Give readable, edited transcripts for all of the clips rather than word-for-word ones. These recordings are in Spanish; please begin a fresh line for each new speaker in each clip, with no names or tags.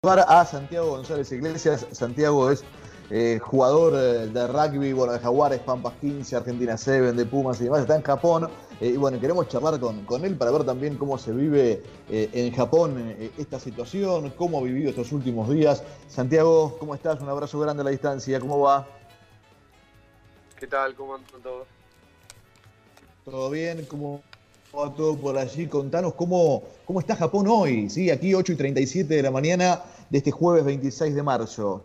A Santiago González Iglesias. Santiago es jugador de rugby, bueno, de Jaguares, Pampas 15, Argentina 7, de Pumas y demás, está en Japón. Y bueno, queremos charlar con él para ver también cómo se vive en Japón esta situación, cómo ha vivido estos últimos días. Santiago, ¿cómo estás? Un abrazo grande a la distancia, ¿cómo va?
¿Qué tal? ¿Cómo andan todos?
¿Todo bien? ¿Cómo va todo por allí? Contanos cómo está Japón hoy, ¿sí? Aquí 8:37 de la mañana de este jueves 26 de marzo.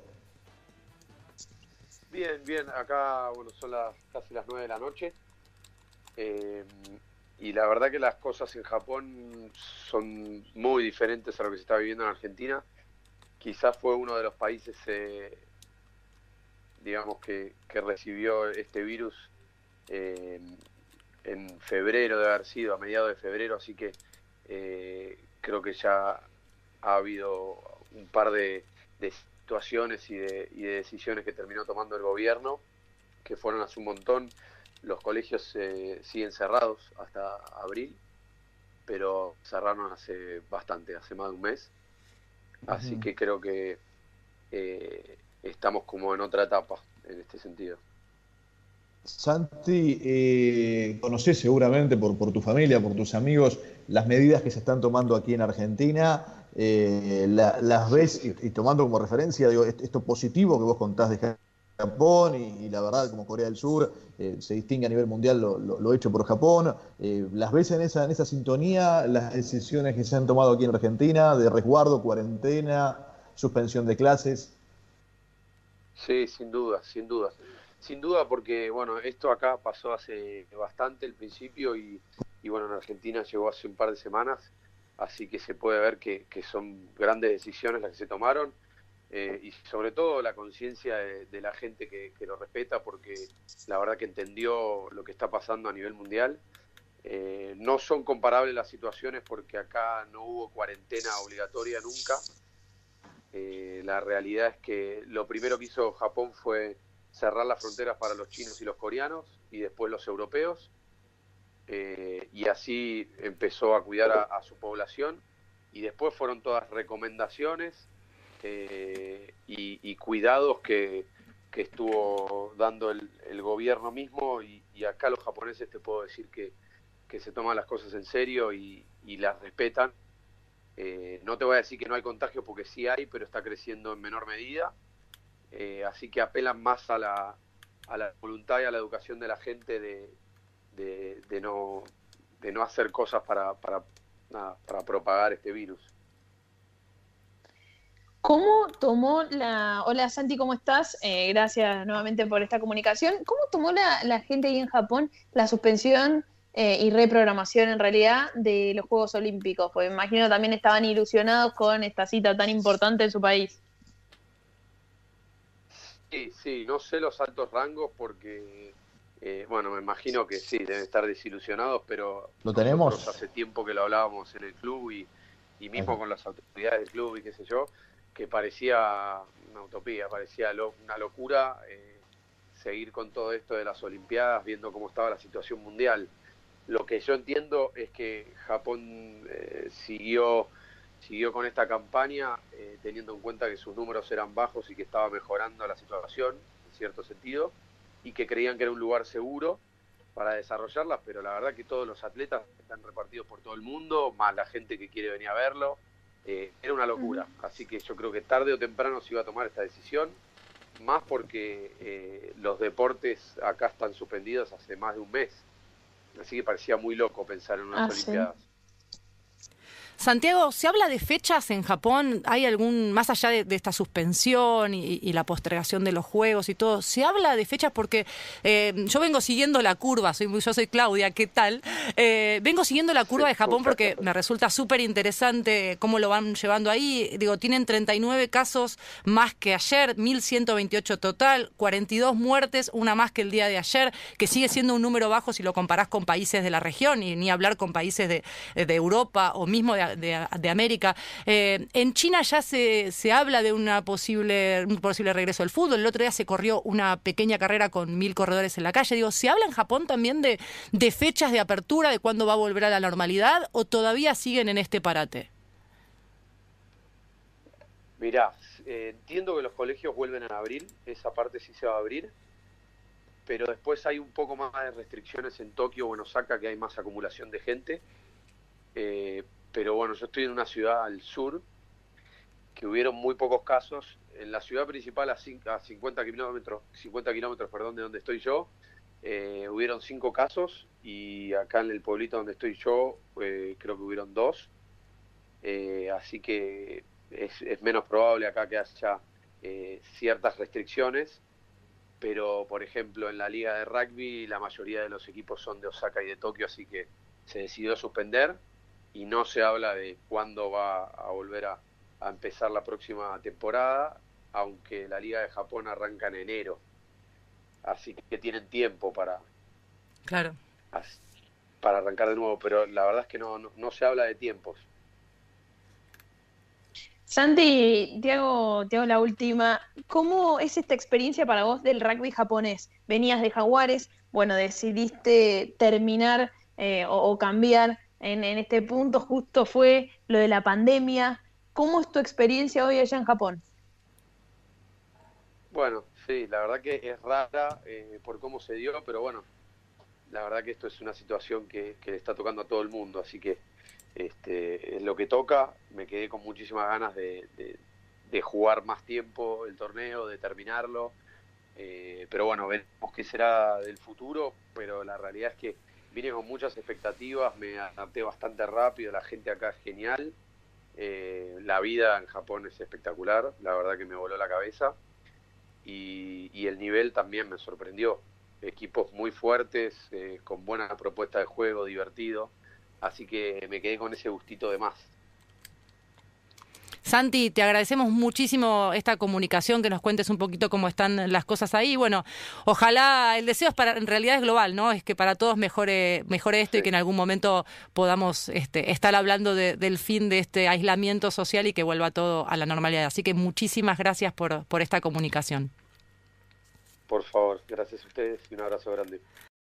Bien, bien. Acá, bueno, son casi las 9 de la noche. eh, y la verdad que las cosas en Japón son muy diferentes a lo que se está viviendo en Argentina. Quizás fue uno de los países, digamos, que recibió este virus eh, en febrero, de haber sido a mediados de febrero, así que creo que ya ha habido un par de situaciones y de decisiones que terminó tomando el gobierno, que fueron hace un montón. Los colegios siguen cerrados hasta abril, pero cerraron hace bastante, hace más de un mes. Así
Ujú.
que creo que estamos como en otra etapa en este sentido.
Santi, conocés seguramente por tu familia, por tus amigos, las medidas que se están tomando aquí en Argentina. Las
Sí, sí,
ves
sí.
y tomando como referencia, digo, esto positivo que vos contás de Japón y la verdad, como Corea del Sur, se distingue a nivel mundial lo hecho por Japón. ¿Las ves en esa sintonía, las decisiones que se han tomado aquí en Argentina de resguardo, cuarentena, suspensión de clases?
Sí, sin duda, sin duda. Sin duda porque, bueno, esto acá pasó hace bastante el principio y bueno, en Argentina llegó hace un par de semanas, así que se puede ver que son grandes decisiones las que se tomaron y sobre todo la conciencia de la gente que lo respeta porque la verdad que entendió lo que está pasando a nivel mundial. No son comparables las situaciones porque acá no hubo cuarentena obligatoria nunca. La realidad es que lo primero que hizo Japón fue cerrar las fronteras para los chinos y los coreanos y después los europeos, y así empezó a cuidar a su población y después fueron todas recomendaciones y cuidados que estuvo dando el gobierno mismo y acá los japoneses te puedo decir que se toman las cosas en serio y las respetan. No te voy a decir que no hay contagio porque sí hay, pero está creciendo en menor medida. Así que apelan más a la voluntad y a la educación de la gente de, de no, de no hacer cosas nada, para propagar este virus.
¿Cómo tomó Hola Santi, ¿cómo estás? Gracias nuevamente por esta comunicación. ¿Cómo tomó la gente ahí en Japón la suspensión y reprogramación en realidad de los Juegos Olímpicos? Porque me imagino también estaban ilusionados con esta cita tan importante en su país.
Sí, sí, no sé los altos rangos porque, bueno, me imagino que sí, deben estar desilusionados, pero
¿Lo
nosotros
tenemos?
hace tiempo que lo hablábamos en el club y
Ahí
mismo
está.
con las autoridades del club y qué sé yo, que parecía una utopía, parecía una locura seguir con todo esto de las Olimpiadas, viendo cómo estaba la situación mundial. Lo que yo entiendo es que Japón siguió con esta campaña teniendo en cuenta que sus números eran bajos y que estaba mejorando la situación, en cierto sentido, y que creían que era un lugar seguro para desarrollarlas, pero la verdad que todos los atletas están repartidos por todo el mundo, más la gente que quiere venir a verlo. Era una
Ujú.
locura, así que yo creo que tarde o temprano se iba a tomar esta decisión, más porque los deportes acá están suspendidos hace más de un mes. Así que parecía muy loco pensar en unas
Ah, sí.
Olimpiadas.
Santiago, ¿se habla de fechas en Japón? ¿Hay algún, más allá de esta suspensión y la postergación de los juegos y todo, se habla de fechas? Porque yo vengo siguiendo la curva, yo soy Claudia, ¿qué tal? Vengo siguiendo la
Sí,
curva de
¿cómo
Japón
estás,
porque
Claudio?
me resulta súper interesante cómo lo van llevando ahí. Digo, tienen 39 casos más que ayer, 1.128 total, 42 muertes, una más que el día de ayer, que sigue siendo un número bajo si lo comparás con países de la región y ni hablar con países de Europa o mismo de América. En China ya se habla de un posible regreso al fútbol. El otro día se corrió una pequeña carrera con 1.000 corredores en la calle. Digo, ¿se habla en Japón también de fechas de apertura, de cuándo va a volver a la normalidad o todavía siguen en este parate?
Mirá, entiendo que los colegios vuelven a abrir, esa parte sí se va a abrir, pero después hay un poco más de restricciones en Tokio o en Osaka, que hay más acumulación de gente. Pero bueno, yo estoy en una ciudad al sur, que hubieron muy pocos casos. En la ciudad principal, a 50 kilómetros, perdón, de donde estoy yo, hubieron 5 casos, y acá en el pueblito donde estoy yo, creo que hubieron 2. Así que es menos probable acá que haya ciertas restricciones, pero por ejemplo en la liga de rugby la mayoría de los equipos son de Osaka y de Tokio, así que se decidió suspender y no se habla de cuándo va a volver a empezar la próxima temporada, aunque la liga de Japón arranca en enero, así que tienen tiempo
Claro.
para arrancar de nuevo, pero la verdad es que no se habla de tiempos.
Santi, te hago la última. ¿Cómo es esta experiencia para vos del rugby japonés? Venías de Jaguares, bueno, decidiste terminar o cambiar en este punto, justo fue lo de la pandemia. ¿Cómo es tu experiencia hoy allá en Japón?
Bueno, sí, la verdad que es rara por cómo se dio, pero bueno, la verdad que esto es una situación que le está tocando a todo el mundo, así que es lo que toca. Me quedé con muchísimas ganas de jugar más tiempo el torneo, de terminarlo, pero bueno, veremos qué será del futuro, pero la realidad es que vine con muchas expectativas, me adapté bastante rápido, la gente acá es genial, la vida en Japón es espectacular, la verdad que me voló la cabeza, y el nivel también me sorprendió, equipos muy fuertes, con buena propuesta de juego, divertido. Así que me quedé con ese gustito de más.
Santi, te agradecemos muchísimo esta comunicación, que nos cuentes un poquito cómo están las cosas ahí. Bueno, ojalá, el deseo en realidad es global, ¿no? Es que para todos mejore esto, sí, y que en algún momento podamos estar hablando del fin de este aislamiento social y que vuelva todo a la normalidad. Así que muchísimas gracias por esta comunicación.
Por favor, gracias a ustedes y un abrazo grande.